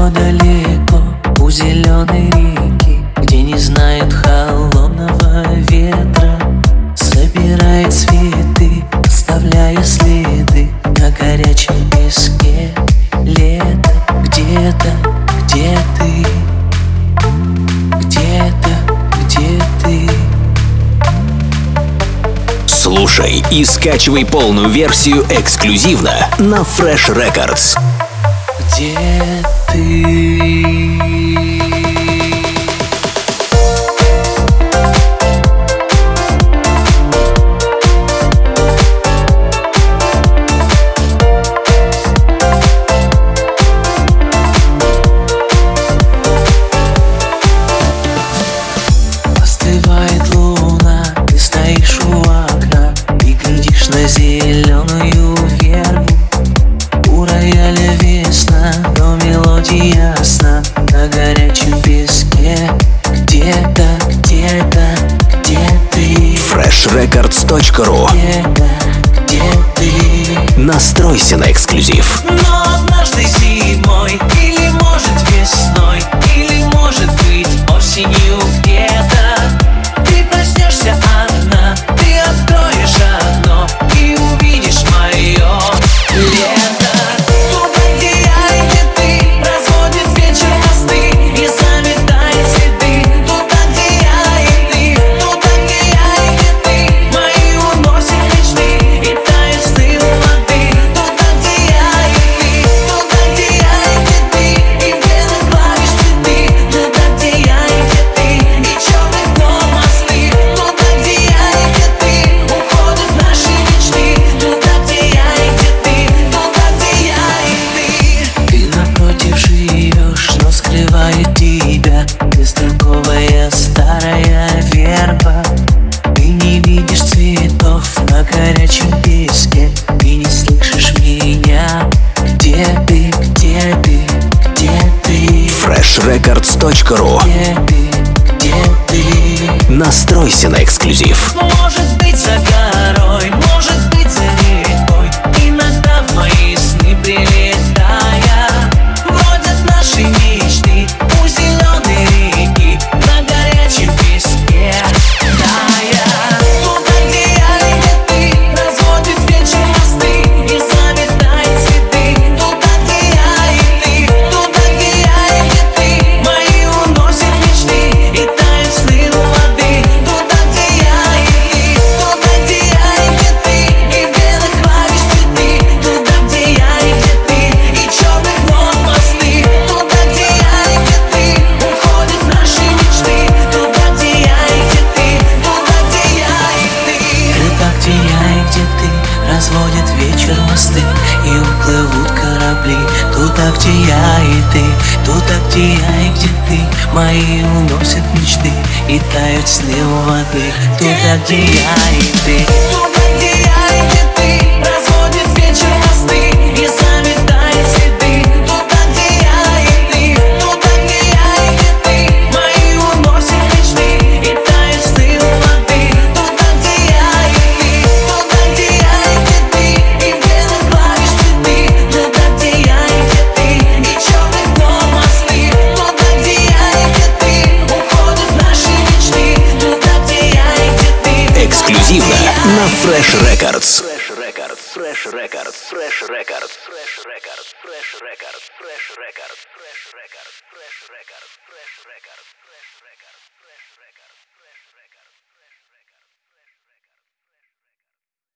далеко-далеко у зеленой реки, где не знает холодного ветра, собирает цветы, оставляя следы на горячем песке. Лето где-то, где ты? Где-то, где ты? Слушай и скачивай полную версию эксклюзивно на Fresh Records. Где ты? Остывает луна, ты стоишь у окна и глядишь на зеленую вербу. У рояля весна, но мелодия ясна на горячем песке. Где-то, где-то, где ты? freshrecords.ru. Где-то, где ты? Настройся на эксклюзив. Но однажды зимой, или может весной, или может быть осенью где-то ты проснешься одна, ты откроешь окно и увидишь мое лето. Туда, где я и где ты, разводит вечер мосты и заметает следы. Туда, где я и ты, туда, где я и где ты, мои уносят мечты и тают сны у воды. Туда, где я и ты, туда, где я и где ты, и где накладешь цветы. Туда, где я и где ты, и черных днем мосты. Туда, где я и где ты, уходят наши мечты. Туда, где я и где ты, туда, где я и ты. Ты напротив живешь, но скрывает тебя бестолковая старая верба. Ты не видишь цветов на горячем песке, ты не слышишь меня. Где ты, где ты, где ты? freshrecords.ru. Где ты, где ты? Настройся на эксклюзив. Может быть за горой, может быть за рекой, иногда в мои сны прилетая, бродят наши мечты у зеленой реки на горячем песке. Тая, туда, где я и где ты, разводит вечер мосты и заметает цветы. Туда, где я и ты, туда, где я и где ты, мои уносят мечты и тают сны у воды. Туда, где я и ты, туда, где я и где ты, и где накладешь цветы. Туда, где я и где ты, и черных нот мосты. Туда, где я и где ты, уходят наши мечты. Туда, где я и где ты, туда, где я и ты. Туда, где я и где ты, разводят вечер мосты и уплывут корабли. Туда, где я и ты, туда, где я и где ты, мои уносят мечты и тают сны у воды. Туда, где я и ты, туда, где я и где ты, разводит вечер мосты и заметает следы. Туда, где я и ты, туда, где я и где ты, мои уносят мечты и тают сны у воды. Туда, где я и ты, туда, где я и где ты, и где накладешь цветы. Туда, где я и где ты, и черных днем мосты. Туда, где я и где ты, уходят наши мечты. Туда, где я и где ты. Эксклюзивно на Fresh Records. Fresh Records, Fresh Records, Fresh Records, Fresh Records, Fresh Records, Fresh Records, Fresh Records, Fresh Records, Fresh Records, Fresh Records, Fresh Records, Fresh Records.